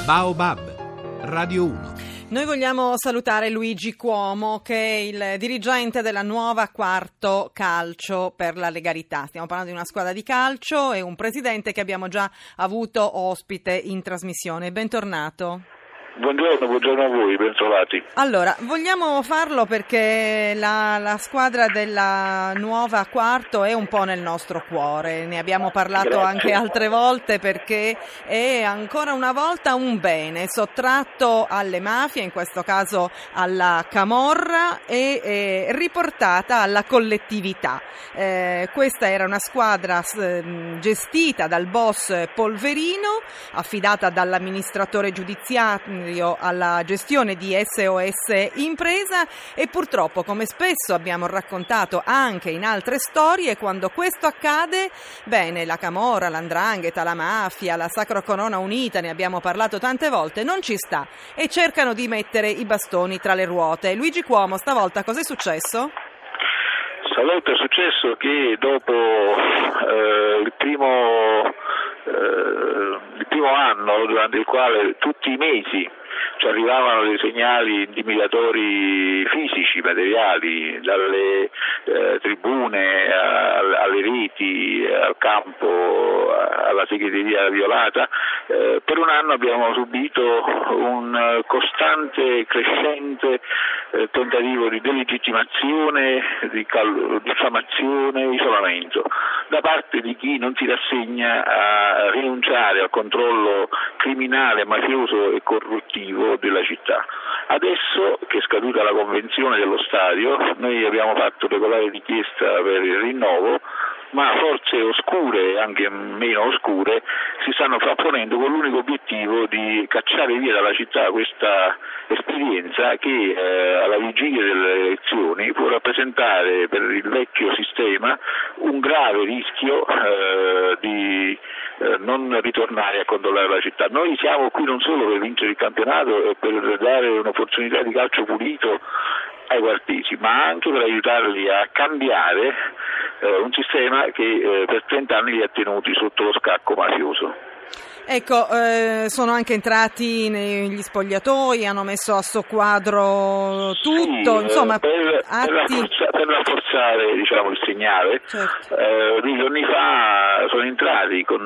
Baobab, Radio 1. Noi vogliamo salutare Luigi Cuomo, che è il dirigente della Nuova Quarto Calcio per la Legalità. Stiamo parlando di una squadra di calcio e un presidente che abbiamo già avuto ospite in trasmissione. Bentornato. Buongiorno a voi, bentrovati. Allora, vogliamo farlo perché la squadra della Nuova Quarto è un po' nel nostro cuore, ne abbiamo parlato anche altre volte, perché è ancora una volta un bene sottratto alle mafie, in questo caso alla camorra, e riportata alla collettività. Questa era una squadra gestita dal boss Polverino, affidata dall'amministratore giudiziario alla gestione di SOS Impresa, e purtroppo, come spesso abbiamo raccontato anche in altre storie, quando questo accade, bene, la camorra, l''ndrangheta, la mafia, la Sacra Corona Unita, ne abbiamo parlato tante volte, non ci sta e cercano di mettere i bastoni tra le ruote. Luigi Cuomo, stavolta cos'è successo? Stavolta è successo che dopo il primo anno, durante il quale tutti i mesi ci arrivavano dei segnali intimidatori fisici, materiali, dalle tribune alle reti, al campo, alla segreteria violata, per un anno abbiamo subito un costante, crescente tentativo di delegittimazione, di diffamazione, isolamento, da parte di chi non si rassegna a rinunciare al controllo criminale, mafioso e corruttivo della città. Adesso che è scaduta la convenzione dello stadio, noi abbiamo fatto regolare richiesta per il rinnovo, ma forze oscure e anche meno oscure si stanno frapponendo con l'unico obiettivo di cacciare via dalla città questa esperienza che alla vigilia delle elezioni può rappresentare per il vecchio sistema un grave rischio di non ritornare a controllare la città. Noi siamo qui non solo per vincere il campionato e per dare un'opportunità di calcio pulito ai quartieri, ma anche per aiutarli a cambiare un sistema che per 30 anni li ha tenuti sotto lo scacco mafioso. Ecco, sono anche entrati negli spogliatoi, hanno messo a soqquadro tutto, sì, insomma, per rafforzare, diciamo, il segnale. Certo. 2 giorni fa sono entrati con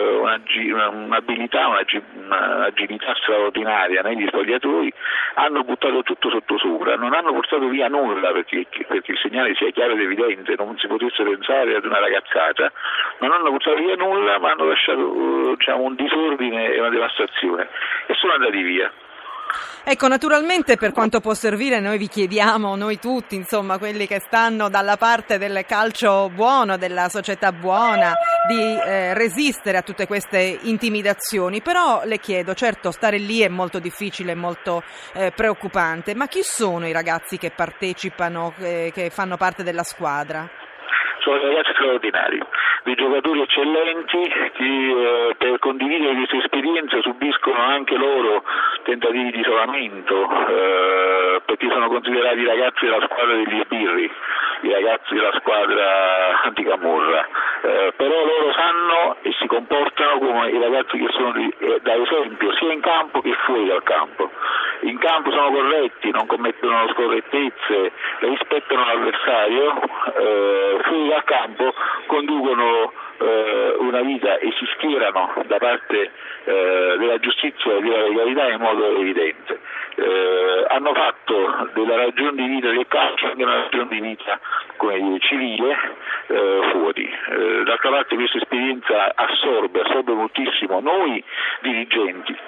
un'abilità, un'agilità straordinaria negli spogliatoi, hanno buttato tutto sottosopra, non hanno portato via nulla perché il segnale sia chiaro ed evidente, non si potesse pensare ad una ragazzata, non hanno portato via nulla, ma hanno lasciato, diciamo, un disordine e una devastazione, e sono andati via. Ecco, naturalmente, per quanto può servire, noi vi chiediamo, noi tutti, insomma, quelli che stanno dalla parte del calcio buono, della società buona, di resistere a tutte queste intimidazioni. Però le chiedo, certo, stare lì è molto difficile, molto preoccupante, ma chi sono i ragazzi che partecipano, che fanno parte della squadra? Sono ragazzi straordinari, dei giocatori eccellenti che per condividere questa esperienza subiscono anche loro tentativi di isolamento, perché sono considerati i ragazzi della squadra degli sbirri, i ragazzi della squadra anticamorra, però loro sanno e si comportano come i ragazzi che sono da esempio sia in campo che fuori dal campo. In campo sono corretti, non commettono scorrettezze, rispettano l'avversario, fuori dal campo conducono una vita e si schierano da parte della giustizia e della legalità in modo evidente. Hanno fatto della ragione di vita del calcio anche una ragione di vita, come dire, civile, fuori. D'altra parte questa esperienza assorbe moltissimo noi dirigenti,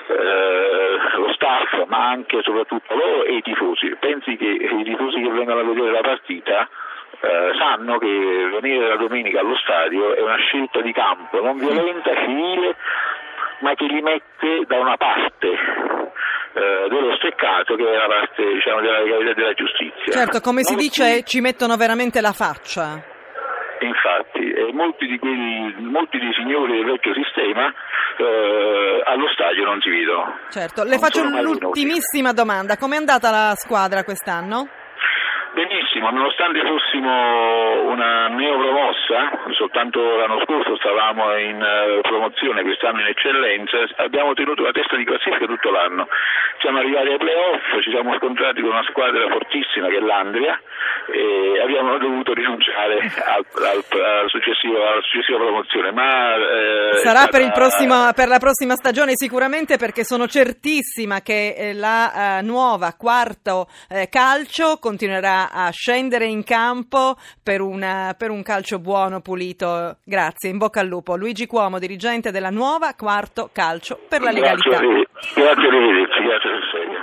lo staff, ma anche e soprattutto loro e i tifosi. Pensi che i tifosi che vengono a vedere la partita sanno che venire la domenica allo stadio è una scelta di campo non violenta, civile, ma che li mette da una parte dello steccato, che è la parte, diciamo, della legalità e della giustizia. Certo, come si dice, ci mettono veramente la faccia. Infatti, molti dei signori del vecchio sistema allo stadio non si vedono. Certo, le faccio l'ultimissima domanda: com'è andata la squadra quest'anno? Benissimo, nonostante fossimo una neopromossa, soltanto l'anno scorso stavamo in promozione, quest'anno in eccellenza, abbiamo tenuto la testa di classifica tutto l'anno. Siamo arrivati ai playoff, ci siamo scontrati con una squadra fortissima che è l'Andria e abbiamo dovuto rinunciare alla successiva promozione. Ma sarà per la prossima stagione sicuramente, perché sono certissima che la nuova quarto calcio continuerà a scendere in campo per un calcio buono, pulito. Grazie, in bocca al lupo. Luigi Cuomo, dirigente della nuova quarto calcio per la legalità. Grazie, arrivederci, grazie sul serio.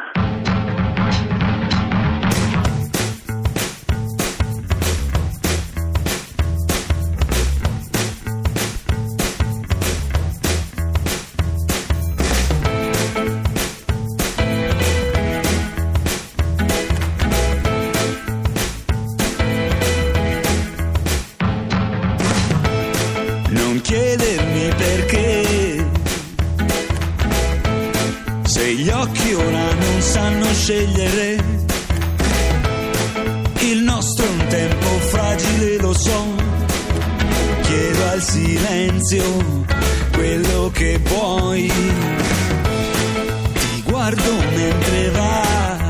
Non chiedermi perché, se gli occhi ora non sanno scegliere. Il nostro è un tempo fragile, lo so. Chiedo al silenzio quello che vuoi. Ti guardo mentre vai.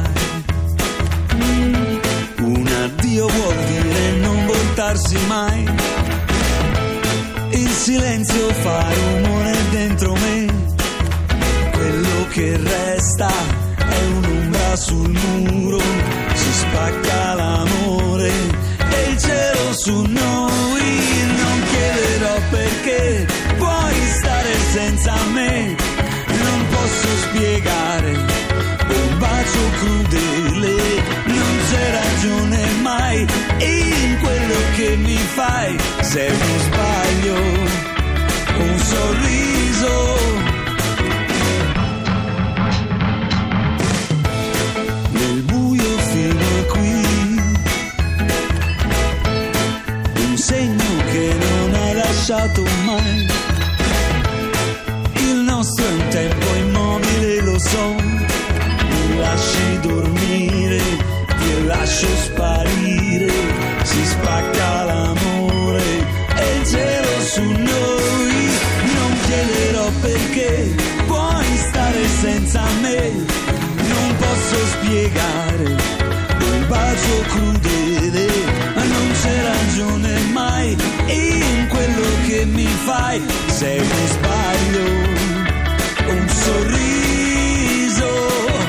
Un addio vuol dire non voltarsi mai. Il silenzio fa rumore dentro me. Quello che resta è un'ombra sul muro. Si spacca l'amore e il cielo su noi. Non chiederò perché puoi stare senza me. Non posso spiegare un bacio crudele. Non c'è ragione mai in quello che mi fai. Sei uno sbaglio, un sorriso. Nel buio fino a qui, un segno che non hai lasciato mai. Il nostro è un tempo immobile, lo so. Mi lasci dormire, ti lascio sparire. Si spacca l'amore e il cielo su noi. Non chiederò perché puoi stare senza me. Non posso spiegare un bacio crudele, ma non c'è ragione mai in quello che mi fai. Sei uno sbaglio, un sorriso.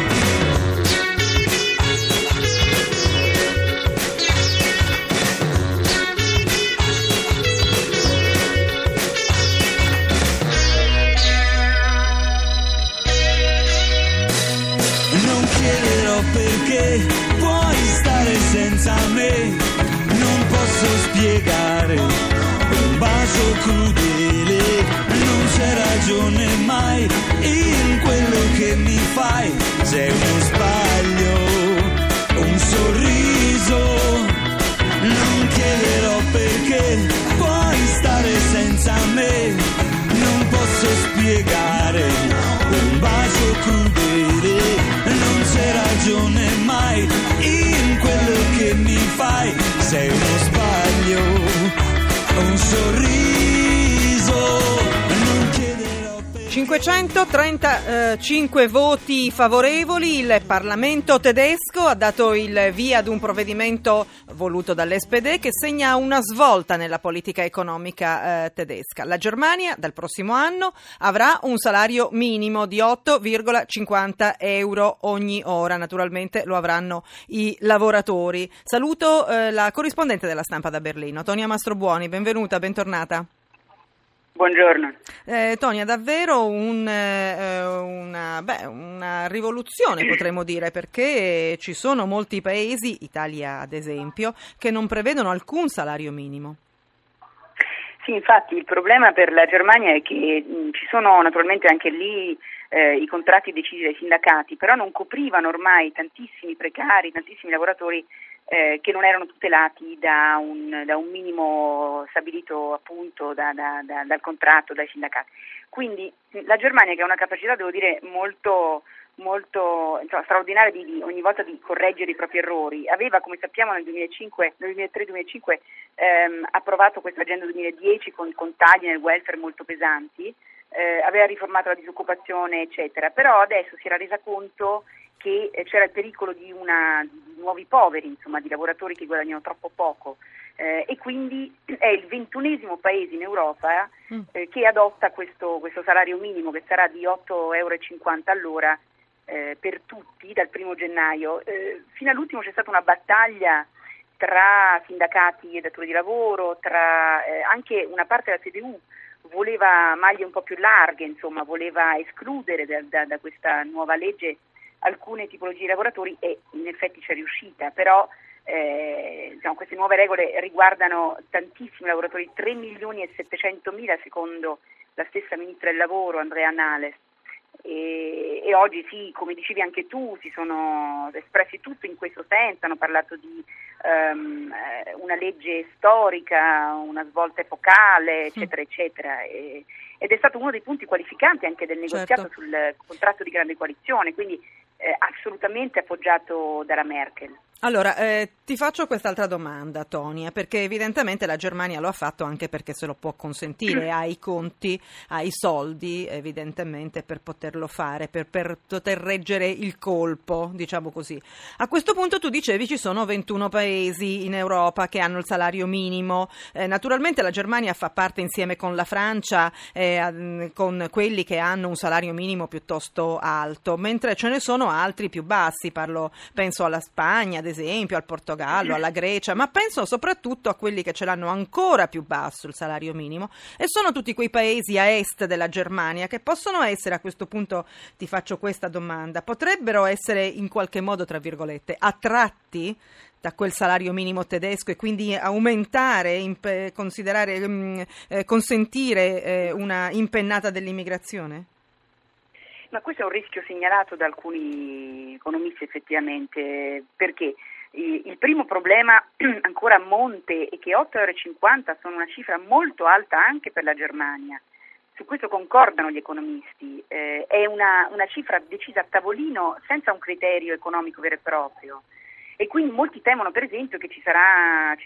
Perché puoi stare senza me. Non posso spiegare un bacio crudele. Non c'è ragione mai in quello che mi fai. Sei uno sbaglio, un sorriso. Non chiederò perché puoi stare senza me. Non posso spiegare un bacio crudele. Non c'è ragione mai in quello che mi fai. Sei uno sbaglio, un sorriso. Non chiederò perché. 535 voti favorevoli. Il Parlamento tedesco ha dato il via ad un provvedimento voluto dall'SPD che segna una svolta nella politica economica tedesca. La Germania dal prossimo anno avrà un salario minimo di 8,50 euro ogni ora. Naturalmente lo avranno i lavoratori. Saluto la corrispondente della Stampa da Berlino, Tonia Mastrobuoni. Benvenuta, bentornata. Buongiorno. Tonia, davvero una rivoluzione, potremmo dire, perché ci sono molti paesi, Italia ad esempio, che non prevedono alcun salario minimo. Sì, infatti il problema per la Germania è che ci sono naturalmente anche lì i contratti decisi dai sindacati, però non coprivano ormai tantissimi precari, tantissimi lavoratori che non erano tutelati da un minimo stabilito appunto dal contratto, dai sindacati. Quindi la Germania, che ha una capacità, devo dire, molto molto straordinaria di ogni volta di correggere i propri errori. Aveva, come sappiamo, nel 2003-2005 approvato questa agenda 2010 con tagli nel welfare molto pesanti, aveva riformato la disoccupazione, eccetera, però adesso si era resa conto che c'era il pericolo di nuovi poveri, insomma, di lavoratori che guadagnano troppo poco, e quindi è il 21esimo paese in Europa che adotta questo salario minimo, che sarà di 8,50 € all'ora per tutti dal 1 gennaio. Fino all'ultimo c'è stata una battaglia tra sindacati e datori di lavoro, tra anche una parte della CDU voleva maglie un po' più larghe, insomma, voleva escludere da questa nuova legge alcune tipologie di lavoratori, e in effetti ci è riuscita, però queste nuove regole riguardano tantissimi lavoratori, 3.700.000 secondo la stessa ministra del lavoro Andrea Nales, e oggi sì, come dicevi anche tu, si sono espressi tutti in questo senso, hanno parlato di una legge storica, una svolta epocale, eccetera, eccetera, ed è stato uno dei punti qualificanti anche del negoziato sul contratto di grande coalizione, quindi assolutamente appoggiato dalla Merkel. Allora, ti faccio quest'altra domanda, Tonia, perché evidentemente la Germania lo ha fatto anche perché se lo può consentire, ha i conti, ha i soldi, evidentemente, per poterlo fare, per poter reggere il colpo, diciamo così. A questo punto tu dicevi ci sono 21 paesi in Europa che hanno il salario minimo, naturalmente la Germania fa parte insieme con la Francia, con quelli che hanno un salario minimo piuttosto alto, mentre ce ne sono altri più bassi, penso alla Spagna, ad esempio, al Portogallo, alla Grecia, ma penso soprattutto a quelli che ce l'hanno ancora più basso il salario minimo, e sono tutti quei paesi a est della Germania che possono essere, a questo punto ti faccio questa domanda, potrebbero essere in qualche modo, tra virgolette, attratti da quel salario minimo tedesco e quindi aumentare, consentire una impennata dell'immigrazione? Ma questo è un rischio segnalato da alcuni economisti effettivamente, perché il primo problema ancora a monte è che 8,50 € sono una cifra molto alta anche per la Germania. Su questo concordano gli economisti, è una cifra decisa a tavolino senza un criterio economico vero e proprio. E quindi molti temono per esempio che ci sarà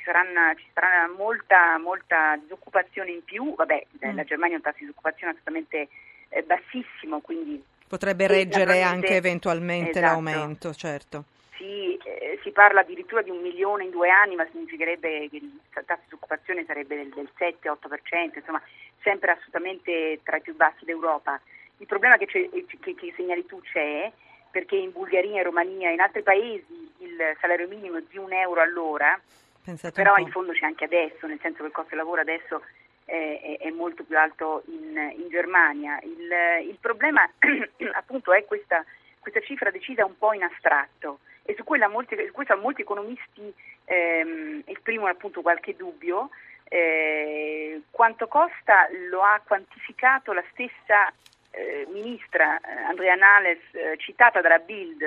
molta disoccupazione in più. La Germania ha un tasso di disoccupazione assolutamente bassissimo, quindi potrebbe reggere anche eventualmente, esatto, l'aumento, certo. Sì, si parla addirittura di 1 milione in 2 anni, ma significherebbe che il tasso di disoccupazione sarebbe del 7-8%, insomma sempre assolutamente tra i più bassi d'Europa. Il problema che segnali tu c'è, perché in Bulgaria, in Romania e in altri paesi il salario minimo è di 1 € all'ora, però in fondo c'è anche adesso, nel senso che il costo del lavoro adesso è molto più alto in Germania. Il problema appunto è questa cifra decisa un po' in astratto, e su questo molti economisti esprimono appunto qualche dubbio. Quanto costa lo ha quantificato la stessa ministra Andrea Nales, citata dalla Bild,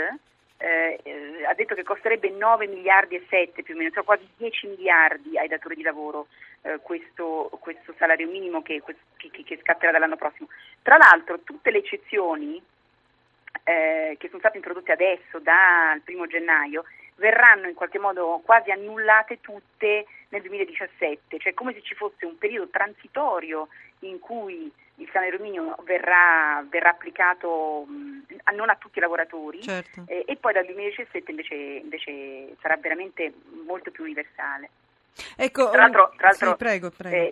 ha detto che costerebbe 9 miliardi e 7 più o meno, cioè quasi 10 miliardi ai datori di lavoro questo salario minimo che scatterà dall'anno prossimo. Tra l'altro tutte le eccezioni che sono state introdotte adesso dal 1 gennaio verranno in qualche modo quasi annullate tutte nel 2017, cioè come se ci fosse un periodo transitorio in cui il salario minimo verrà applicato non a tutti i lavoratori, certo. E poi dal 2017 invece sarà veramente molto più universale. Ecco, tra l'altro sì, prego.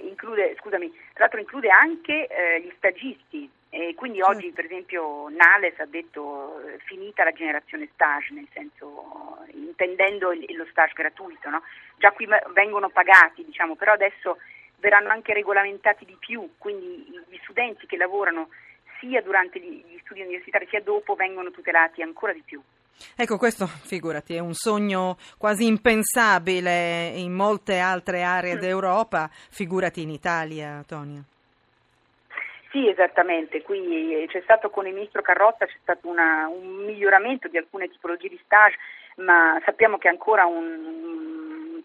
Include anche gli stagisti, e quindi certo. Oggi per esempio Nales ha detto finita la generazione stage, nel senso intendendo lo stage gratuito, no? Già qui vengono pagati, diciamo, però adesso verranno anche regolamentati di più, quindi gli studenti che lavorano sia durante gli studi universitari sia dopo vengono tutelati ancora di più. Ecco, questo, figurati, è un sogno quasi impensabile in molte altre aree d'Europa, figurati in Italia, Tonia. Sì, esattamente, qui c'è stato con il ministro Carrozza c'è stato un miglioramento di alcune tipologie di stage, ma sappiamo che ancora un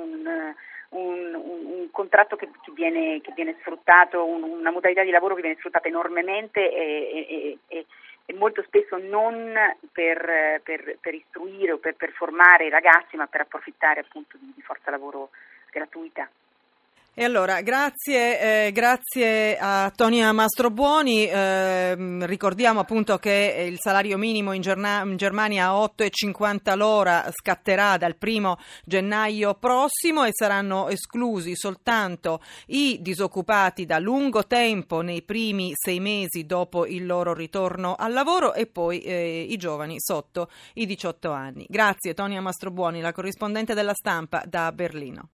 contratto che viene sfruttato, una modalità di lavoro che viene sfruttata enormemente e e molto spesso non per istruire o per formare i ragazzi, ma per approfittare appunto di forza lavoro gratuita. E allora, grazie a Tonia Mastrobuoni. Ricordiamo appunto che il salario minimo in Germania a 8,50 l'ora scatterà dal 1 gennaio prossimo e saranno esclusi soltanto i disoccupati da lungo tempo nei primi 6 mesi dopo il loro ritorno al lavoro e poi i giovani sotto i 18 anni. Grazie Tonia Mastrobuoni, la corrispondente della Stampa da Berlino.